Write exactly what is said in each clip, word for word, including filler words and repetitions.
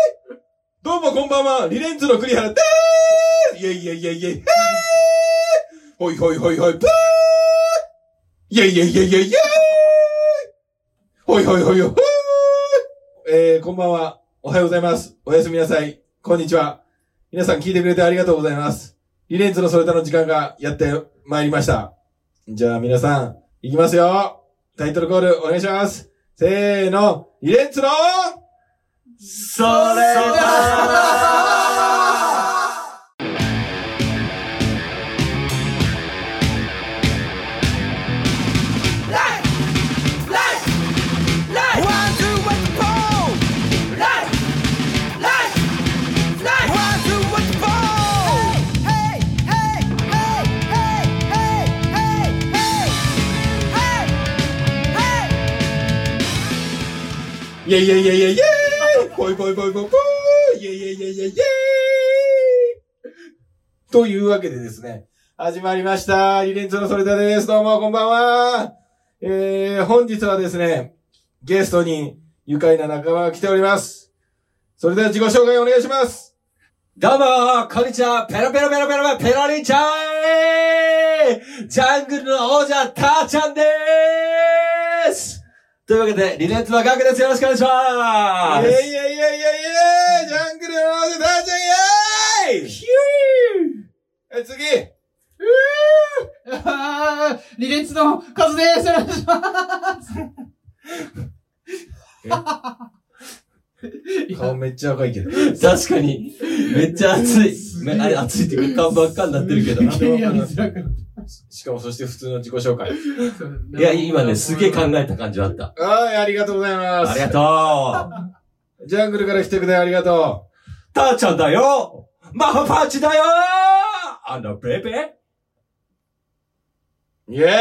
どうもこんばんは、リレンツの栗原でーす。イェイイェイイェイイェイ。へーほいほいほいほい、ぷーイェイイェイイェイイェイイェイ。ほいほいほいほい。えー、こんばんは。おはようございます。おやすみなさい。こんにちは。皆さん聞いてくれてありがとうございます。リレンツのそれたの時間がやってまいりました。じゃあ皆さん、いきますよ。タイトルコールお願いします。せーの、リレンツのそれだイェイイェイイェイイェイイェイぽいぽいぽいぽいぽいイェイイェイイェイイェイイェイというわけでですね、始まりました。リレンツのそれだです。どうもこんばんは。えー、本日はですね、ゲストに愉快な仲間が来ております。それでは自己紹介お願いします。 どうもこんにちはペロペロペロペロペロリンちゃんジャングルの王者ターちゃんでーすというわけで、リレンツのガクです。よろしくお願いします。 イェイイェイイェイイェイイェイジャングルの王者ターちゃんイェイヒューはい、次うーあーリレンツのカズです。よろしくお願いします。 顔めっちゃ赤いけど。 確かに、めっちゃ熱い。めあれ熱いっていうか顔ばっかになってるけど。 やりづらくなってしかもそして普通の自己紹介。 いや、今ね、すげえ考えた感じはあった。 はい、ありがとうございます。 ありがとう。ジャングルから来てくれありがとう。ターちゃんだよマハパンチだよあの、ベイベーイェー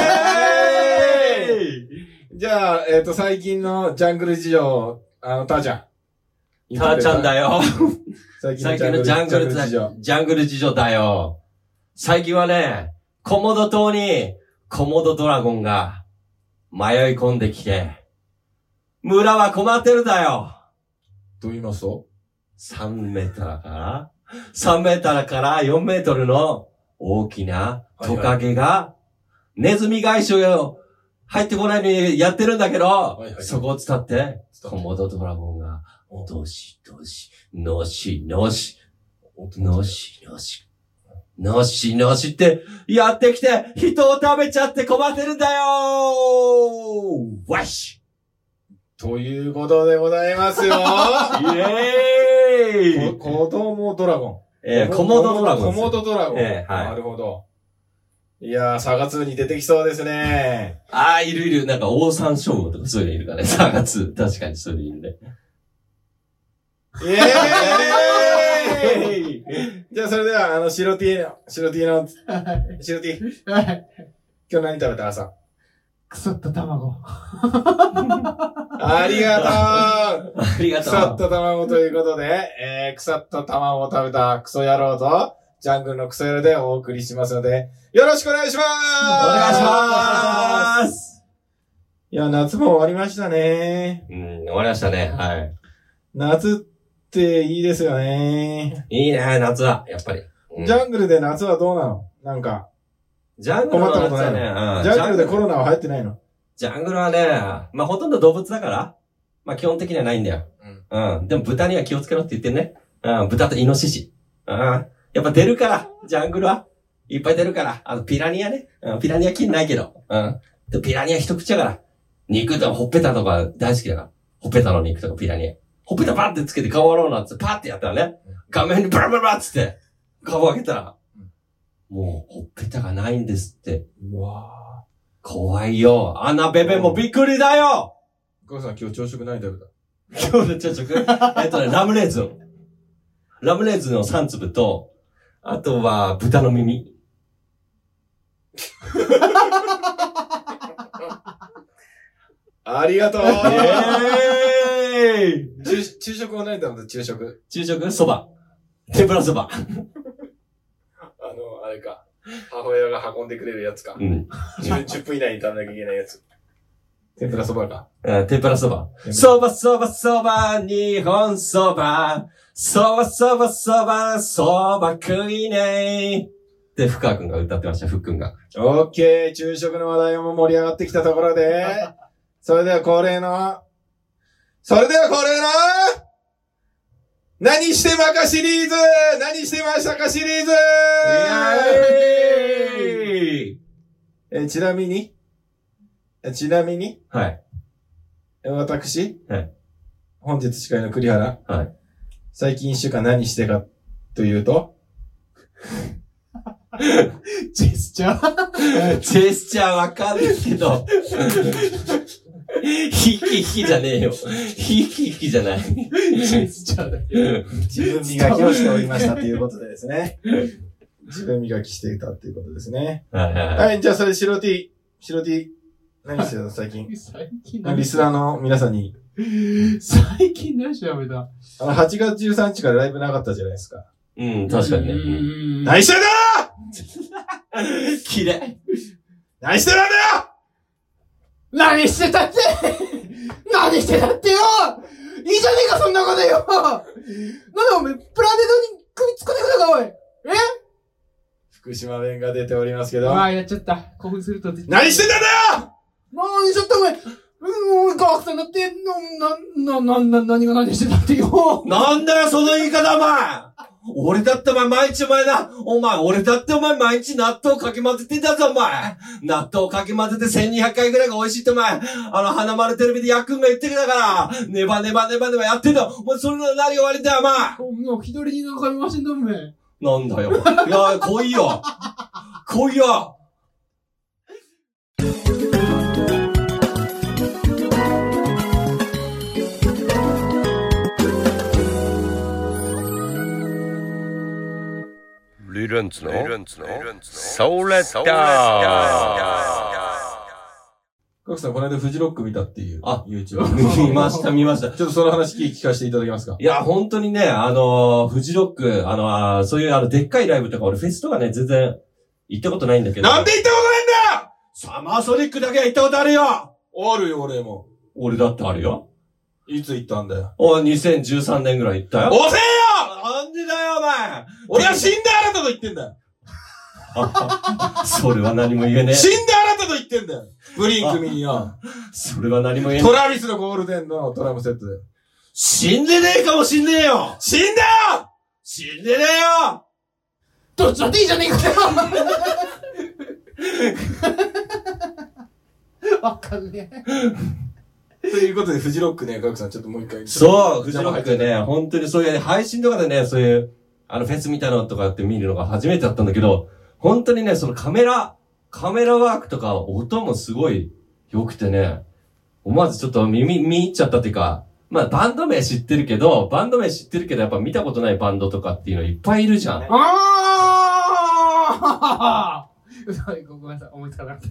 イじゃあ、えっと、最近のジャングル事情、あの、ターちゃん。 ターちゃんだよ最最近のジャングル事情。ジャングル事情だよ。最近はね、コモド島にコモドドラゴンが迷い込んできて、村は困ってるだよ。 どう言いますと ? さん メーターから、さんメーターからよんメートルの大きなトカゲが、ネズミ返しを入ってこないようにやってるんだけど、はいはい、そこを伝って、コモドドラゴンが、どしどし、のしのし、のしのし、のしのしってやってきて人を食べちゃって困ってるんだよーわしということでございますよイェーイ子供ドラゴン。 えー、コモドドラゴン。 コモドドラゴン。 えー、はい。 なるほど。いやー、サガツーに出てきそうですね。 あー、いるいる。なんか、オオサンショウウオとかそういうのいるからね。サガツー。確かにそういうのいるね。 イェーイじゃあそれでは、あの、白 T の、白 T の、白 T。はい。今日何食べた朝腐った卵。 ありがとうありがとう腐った卵ということで、えー、腐った卵を食べたクソ野郎と、ジャングルのクソ野郎でお送りしますので、よろしくお願いしますお願いしますいや、夏も終わりましたね。 うん、終わりましたね。はい。 夏っていいですよね。 いいね、夏は、やっぱり。 うん、ジャングルで夏はどうなのなんか。 ジャングルは困ったことないの、うん、ジャングルでコロナは流行ってないのジャングルはね、まあ、ほとんど動物だから、まあ、基本的にはないんだよ。うん。うん。でも豚には気をつけろって言ってんね。うん。豚とイノシシ。うん。やっぱ出るから、ジャングルは。いっぱい出るから。あの、ピラニアね。うん。ピラニア菌ないけど。うん。で、ピラニア一口だから。肉とかほっぺたとか大好きだから。ほっぺたの肉とかピラニア。ほっぺたパーってつけて顔洗うなってパーってやったらね。画面にブラブラブラっつって、顔開けたら、もうほっぺたがないんですって。 うわー。怖いよ。アナベベもびっくりだよ。 お母さん今日朝食何食べた今日の朝食えっとね、ラムレーズン。ラムレーズンのさん粒と、あとは豚の耳。 ありがとうイェーイ昼、昼食は何食べた昼食。 昼食そば。天ぷらそば。 あの、あれか。 母親が運んでくれるやつか。 うん。 じゅう、じゅっぷん以内に食べなきゃいけないやつ。天ぷらそばか。 うん、天ぷらそば。そばそばそば、日本そば。そばそばそば、そば食いねー。で、深川くんが歌ってました、ふっくんが。 オッケー、昼食の話題も盛り上がってきたところで、それでは恒例の、それでは恒例の、何してまかシリーズ何してましたかシリーズイエーイえ、ちなみにえちなみにはい。 え私はい。 本日司会の栗原。 はい。 最近一週間何してかというとジェスチャージェスチャーわかるけど。ヒキヒキじゃねえよ。ヒキヒキじゃない。 ジェスチャーだけ。 自分磨きをしておりましたということでですね。自分磨きしていたということですね。 はいはいはい。 はい、じゃあそれ白 T、白 T、何してたの最近。 最近リスナーの皆さんに。 最近何してやめたあの、はちがつじゅうさんにちからライブなかったじゃないですか。 うん、確かにね。うん、 何してんだきれい。 何してたんだよ何してたって何してたってよいいじゃねえか、そんなことよなんでお前、プラネタに首突っ込んでくるか、おいえ福島弁が出ておりますけど。 ああ、やっちゃった。興奮すると出ちゃった。 何してたんだよ何しちゃったお前うん、ガークさんだって、な、な、な、な、何が何してたってよなんだよ、その言い方、お前俺だってお前毎日お前な、お前、俺だってお前毎日納豆かき混ぜてたぞ、お前。納豆かき混ぜてせんにひゃっかいぐらいが美味しいってお前、あの、花丸テレビでヤックンが言ってきたから、ネバネバネバネバやってんだ。お前、それの何が悪いんだよ、お前。 もう、左に中身回してんだ、お前。 なんだよ。いや、来いよ。来いよ。 リレンツのソーレッダー。 ガクさん、この間フジロック見たっていう。 あ、 YouTube。 見ました、見ました。 ちょっとその話聞かせていただけますか。 いや、本当にね、あの、フジロック、あの、そういうあの、でっかいライブとか、俺フェスとかね、全然行ったことないんだけど。 なんで行ったことないんだよサマーソニックだけは行ったことあるよあるよ、俺も。 俺だってあるよ。 いつ行ったんだよ。 お、にせんじゅうさんねんぐらい行ったよ。 遅えよなんでだよ、お前俺は死んだあなたと言ってんだよそれは何も言えねえ。 死んだあなたと言ってんだよブリンク見によ。 それは何も言えねえ。 トラビスのゴールデンのドラムセットで。 死んでねえかもしんねえよ死んだよ死んでねえよどっちだっていいじゃねえかよわかんねえ。ということで、フジロックね、ガクさん、ちょっともう一回。 そう、フジロックね、本当にそういう配信とかでね、そういう、あの、フェスみたいなのとかって見るのが初めてだったんだけど、本当にね、そのカメラ、カメラワークとか音もすごい良くてね、思わずちょっと耳、見入っちゃったっていうか、まあ、バンド名知ってるけど、バンド名知ってるけど、やっぱ見たことないバンドとかっていうのいっぱいいるじゃん。 ああごめんなさい、思いつかなかった。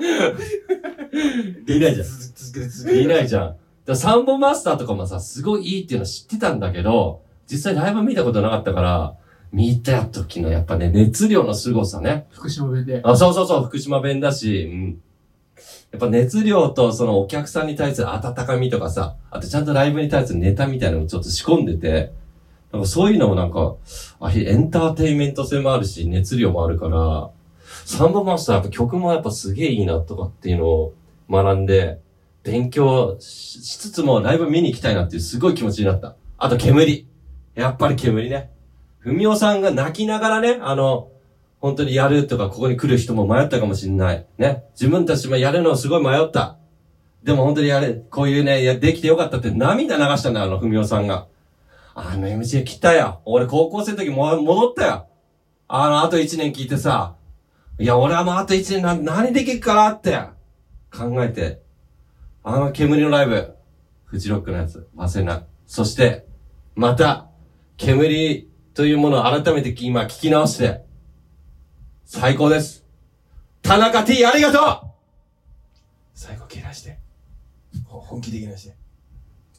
いないじゃん。いないじゃん。だサンボマスターとかもさ、すごいいいっていうの知ってたんだけど、実際ライブ見たことなかったから、見た時のやっぱね、熱量の凄さね。 福島弁で。 あ、そうそうそう、福島弁だし、うん。やっぱ熱量とそのお客さんに対する温かみとかさ、あとちゃんとライブに対するネタみたいなのもちょっと仕込んでて、なんかそういうのもなんか、あ、エンターテインメント性もあるし、熱量もあるから、サンボマスターやっぱ曲もやっぱすげえいいなとかっていうのを学んで、勉強しつつもライブ見に行きたいなっていうすごい気持ちになった。あと煙。やっぱり煙ね。ふみおさんが泣きながらね、あの、本当にやるとかここに来る人も迷ったかもしれない。ね。自分たちもやるのをすごい迷った。でも本当にやれ、こういうね、やできてよかったって涙流したんだよ、あのふみおさんが。あの エムジー 来たよ。俺高校生の時も戻ったよ。あの、あと一年聞いてさ、いや、俺はもうあと一年な、何できるかなって考えて、あの煙のライブ、フジロックのやつ、忘れない。そして、また、煙というものを改めて今聞き直して、最高です。田中 T ありがとう最後蹴らして。本気で蹴らして。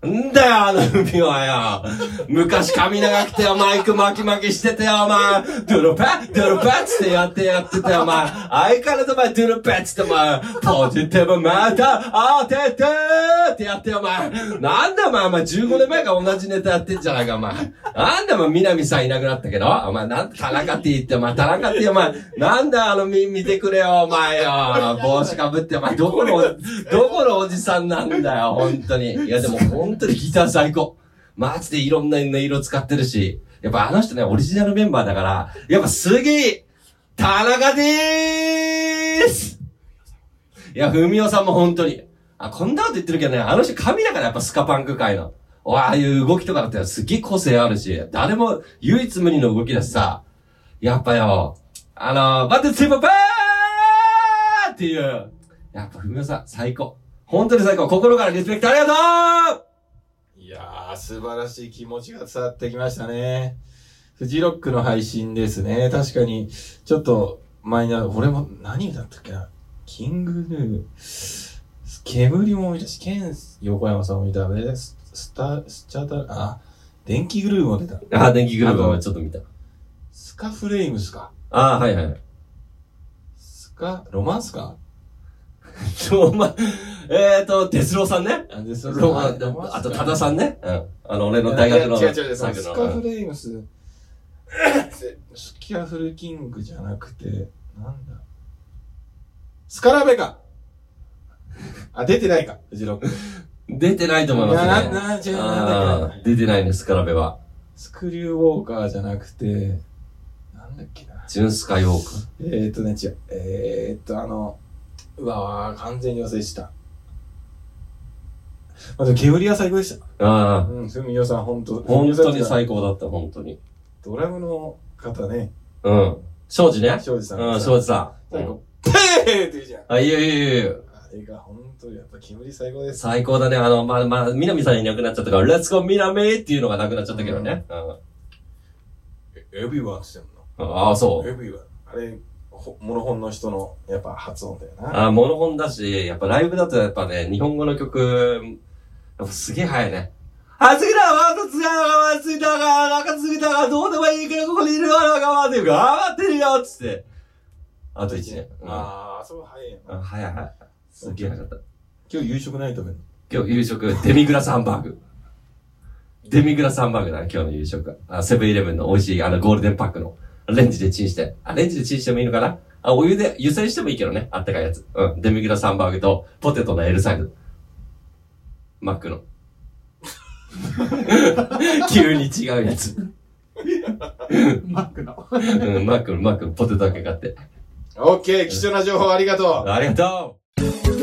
んだよ、あの海はよ。昔髪長くてよ、マイク巻き巻きしててよ、お前。ドゥルペッ、ドゥルペッつってやってやっててよ、お前。相変わらずお前、ドゥルペッつってお前、ポジティブまた当ててーってやってよ、お前。なんだお前、お前じゅうごねんまえから同じネタやってんじゃないか、お前。なんだお前、南さんいなくなったけど、お前、なんで田中って言って、お前、田中ってお前、なんだあの、み、見てくれよ、お前よ。帽子かぶって、お前、どこの、どこのおじさんなんだよ、本当に。いや、でも、本当にギター最高。マジでいろんな音色使ってるし、やっぱあの人ね、オリジナルメンバーだから、やっぱすげえ、田中でーす。いや、ふみおさんも本当に。あ、こんなこと言ってるけどね、あの人神だからやっぱスカパンク界の。ああいう動きとかだってすげえ個性あるし、誰も唯一無二の動きだしさ、やっぱよ、あのー、バッテツーパーパーっていう、やっぱふみおさん最高。本当に最高。心からリスペクトありがとう。 いやー、素晴らしい気持ちが伝わってきましたね。フジロックの配信ですね。確かに、ちょっと前に、俺も何だったっけな。キングヌー、煙も見たし、ケン横山さんも見た。ススタ、スチャタ、あ、電気グルーも出た。 あ、電気グルーもちょっと見た。 スカフレームスか。 あ、はいはい。 スカ、ロマンスかロマン、えーと、哲郎さんね。 あ、で、そロマン、あと、多田さんね。うん。あの、俺の大学の。 違う違う違う、スカフレームス、スキャフルキングじゃなくて、なんだ。スカラベか。あ、出てないか、フジロック。 出てないと思いますね。 な、な、違う、なんだっけ。 出てないね、スカラベは。 スクリューウォーカーじゃなくて、なんだっけな。 ジュンスカイウォーカー。 えーっとね、違う。えーっと、あの、うわー、完全に忘れした。まず、煙は最高でした。 ああ。 うん、ふみよさん、ほんと。 本当に最高だった、本当に。 ドラムの方ね。 うん。庄司ね。 庄司さん。 うん、庄司さん。 最高。ペーって言うじゃん。 あ、いいよいいよいいよ。 あれがほんと、やっぱ煙最高です。 最高だね。あの、まあ、まあ、南さんいなくなっちゃったから、レッツゴー南っていうのがなくなっちゃったけどね。うん。 エビワンしてんの。 ああ、そう。 エビワン。あれ、モノホンの人の、やっぱ発音だよな。 ああ、モノホンだし、やっぱライブだとやっぱね、日本語の曲、やっぱすげえ早いね。あ、次だわ、つがわ、ついたが、なんか次だが、どうでもいいけど、ここにいるわ、なんかわ、っていうか、頑張ってるよつって。あと一年。 ああ、そう早いな。早い早い。すげえ早かった。 今日夕食何食べるの？ 今日夕食、デミグラスハンバーグ。デミグラスハンバーグだね、今日の夕食。あ、セブンイレブンの美味しい、あの、ゴールデンパックの。レンジでチンして。あ、レンジでチンしてもいいのかな？あ、お湯で、湯煎してもいいけどね。あったかいやつ。うん。デミグラスハンバーグと、ポテトの L サイズ。マックの。急に違うやつ。 マックの。 うん、マックの、マックのポテトだけ買って。 オッケー、貴重な情報ありがとう。 ありがとう。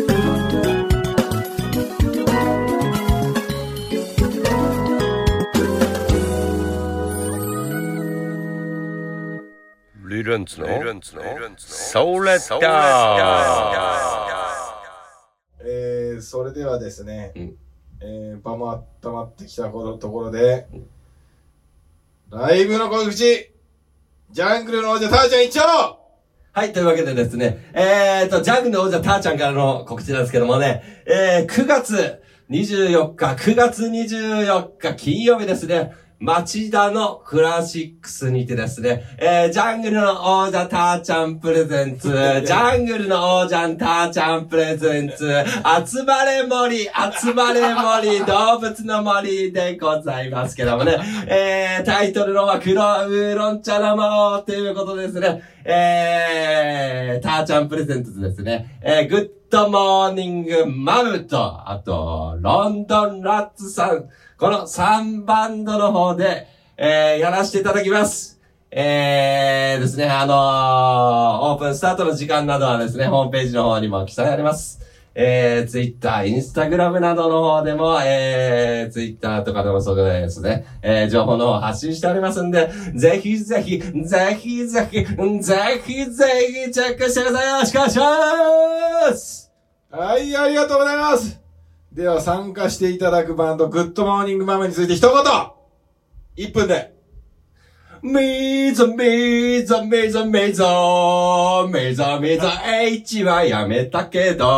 リレンツのソーレッダー。 えー、それではですね、 うん、 えー、場も温まってきたところで、うん、ライブの告知、ジャングルの王者ターちゃん一丁。 はい、というわけでですね、えーと、ジャングルの王者ターちゃんからの告知なんですけどもね、えー、くがつにじゅうよっか、くがつにじゅうよっか金曜日ですね、町田のクラシックスにてですね、えー、ジャングルの王者ターちゃんプレゼンツ、ジャングルの王者ターちゃんプレゼンツ、集まれ森、集まれ森、動物の森でございますけどもね、えー、タイトルのは黒ウーロン茶の魔王ということですね、えー、ターちゃんプレゼンツですね、えー、グッドモーニングマムと、あと、ロンドンラッツさん、このさんバンドの方で、えー、やらせていただきます。えー、ですね、あのー、オープンスタートの時間などはですね、ホームページの方にも記載あります。えー、Twitter、Instagram などの方でも、えー、Twitter とかでもそうですね、えー、情報の方発信しておりますんで、ぜひぜひ、ぜひぜひ、ぜひぜひチェックしてください。よろしくお願いします。 はい、ありがとうございます。では参加していただくバンド、グッドモーニングマムについて一言 !いっ 分で。 みぞみぞみぞみぞみぞみぞ H はやめたけど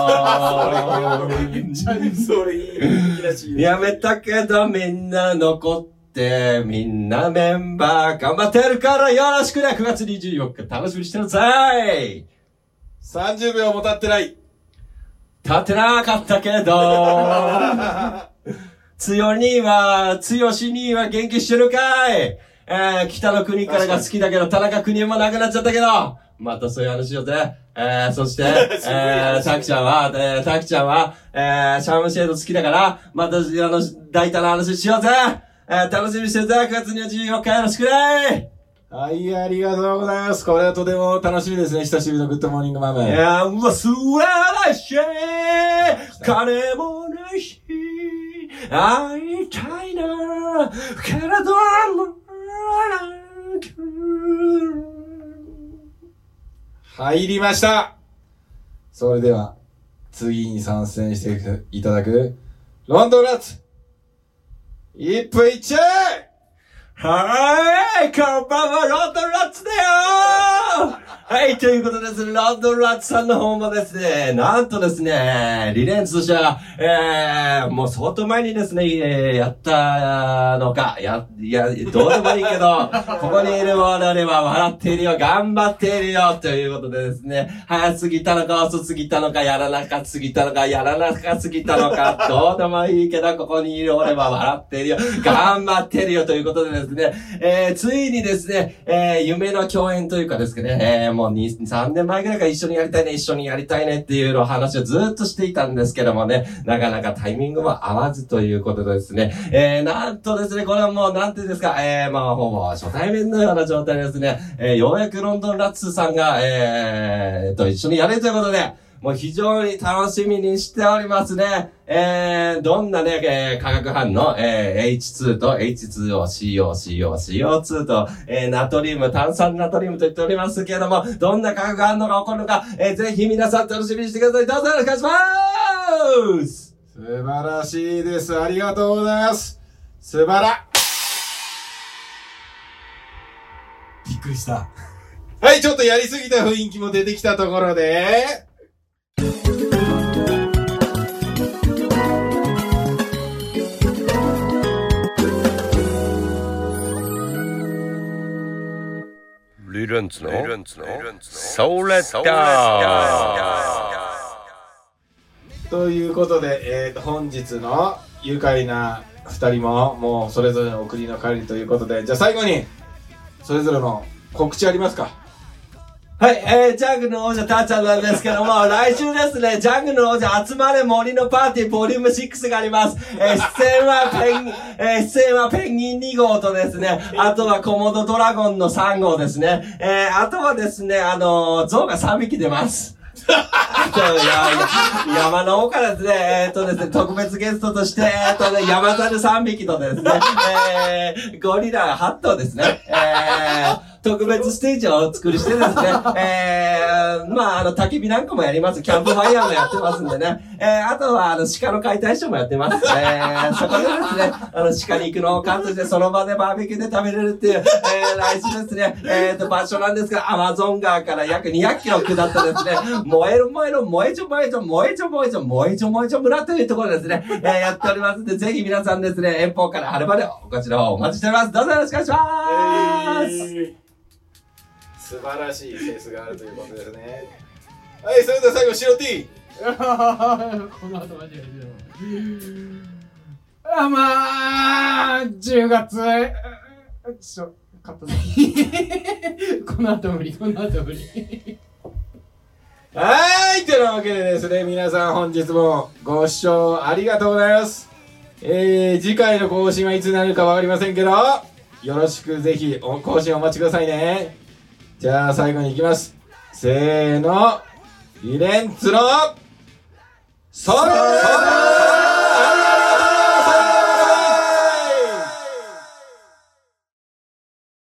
それいいらしい。 やめたけどみんな残ってみんなメンバー頑張ってるからよろしくね。くがつにじゅうよっか楽しみにしてください。 さんじゅうびょうも経ってない。 立ってなかったけどつよには、つよしには元気してるかい。えー、北の国からが好きだけど、田中邦衛も亡くなっちゃったけど、またそういう話しようぜ。えー、そして、えー、たくちゃんは、えー、たくちゃんは、えー、シャームシェード好きだから、また、あの、大胆な話しようぜ。えー、楽しみにしてるぜ。くがつにじゅうよっかよろしくね。 はい、ありがとうございます。これはとても楽しみですね。久しぶりのグッドモーニングマいメ。 やー、うわ、素晴らしい。金もないし、会いたいな。けれども、 入りました。それでは、次に参戦していただく、ロンドンラッツ。一歩いっちゃえ。 はーい、こんばんは、ロンドンラッツだよー。はい、ということですね、ロンドンラッツさんの方もですね、なんとですね、リレンツとしては、えー、もう相当前にですね、えー、やったのか、や、いや、どうでもいいけど、ここにいる我々は笑っているよ、頑張っているよ、ということでですね、早すぎたのか遅すぎたのか、やらなかすぎたのか、やらなかすぎたのか、どうでもいいけど、ここにいる俺は笑っているよ、頑張っているよ、ということでですね、えー、ついにですね、えー、夢の共演というかですね、えー、もうに、さんねんまえぐらいから一緒にやりたいね、一緒にやりたいねっていうの話をずっとしていたんですけどもね、なかなかタイミングも合わずということでですね、えー、なんとですね、これはもうなんていうんですか、えー、まあほぼ初対面のような状態ですね、えー、ようやくロンドンラッツさんが、えー、と一緒にやれるということで、もう非常に楽しみにしておりますね。えー、どんなね、えー、化学反応、えー、エイチツー と エイチツーオーシーオーシーオーシーオーツー と、えー、ナトリウム、炭酸ナトリウムと言っておりますけれども、どんな化学反応が起こるのか、えー、ぜひ皆さん楽しみにしてください。どうぞよろしくお願いします。 素晴らしいです。ありがとうございます。素晴ら。びっくりした。はい、ちょっとやりすぎた雰囲気も出てきたところで、 リレンツのソレッタということで、えーと、本日の愉快な二人ももうそれぞれの送りの帰りということで、じゃあ最後にそれぞれの告知ありますか？ はい、えー、ジャングルの王者たーちゃんなんですけども、来週ですね、ジャングルの王者集まれ森のパーティーボリュームシックスがあります。えー、出演はペン、えー、出演はペンギンに号とですね、あとはコモドドラゴンのさん号ですね、えー、あとはですね、あのー、象がさんびき出ます。いや山の方からですね、えー、っとですね、特別ゲストとして、えー、っとね、山猿さんびきとですね、えー、ゴリラはっ頭ですね、えー、特別ステージをお作りしてですね、えー、まあ、あの、焚き火なんかもやります。キャンプファイヤーもやってますんでね。えー、あとは、あの、鹿の解体ショーもやってます。えー、そこでですね、あの、鹿肉のカットしてその場でバーベキューで食べれるっていう、えー、来週ですね、えーと、場所なんですが、アマゾン川から約にひゃくキロ下ったですね、燃える燃える燃えちょ燃えちょ燃えちょ燃えちょ燃えちょ燃えちょ村というところですね、えー、やっておりますんで、ぜひ皆さんですね、遠方からはるばるこちらをお待ちしております。どうぞよろしくお願いします。えー素晴らしいセンスがあるということですね。はい、それでは最後、白 T。 この後マジで。あ、まあ、じゅうがつ。ちょ、カットで。この後無理、この後無理。 はい、というわけでですね、皆さん本日もご視聴ありがとうございます。えー、次回の更新はいつになるかわかりませんけど、よろしくぜひお更新お待ちくださいね。じゃあ最後に行きます。せーの、リレンツの、それ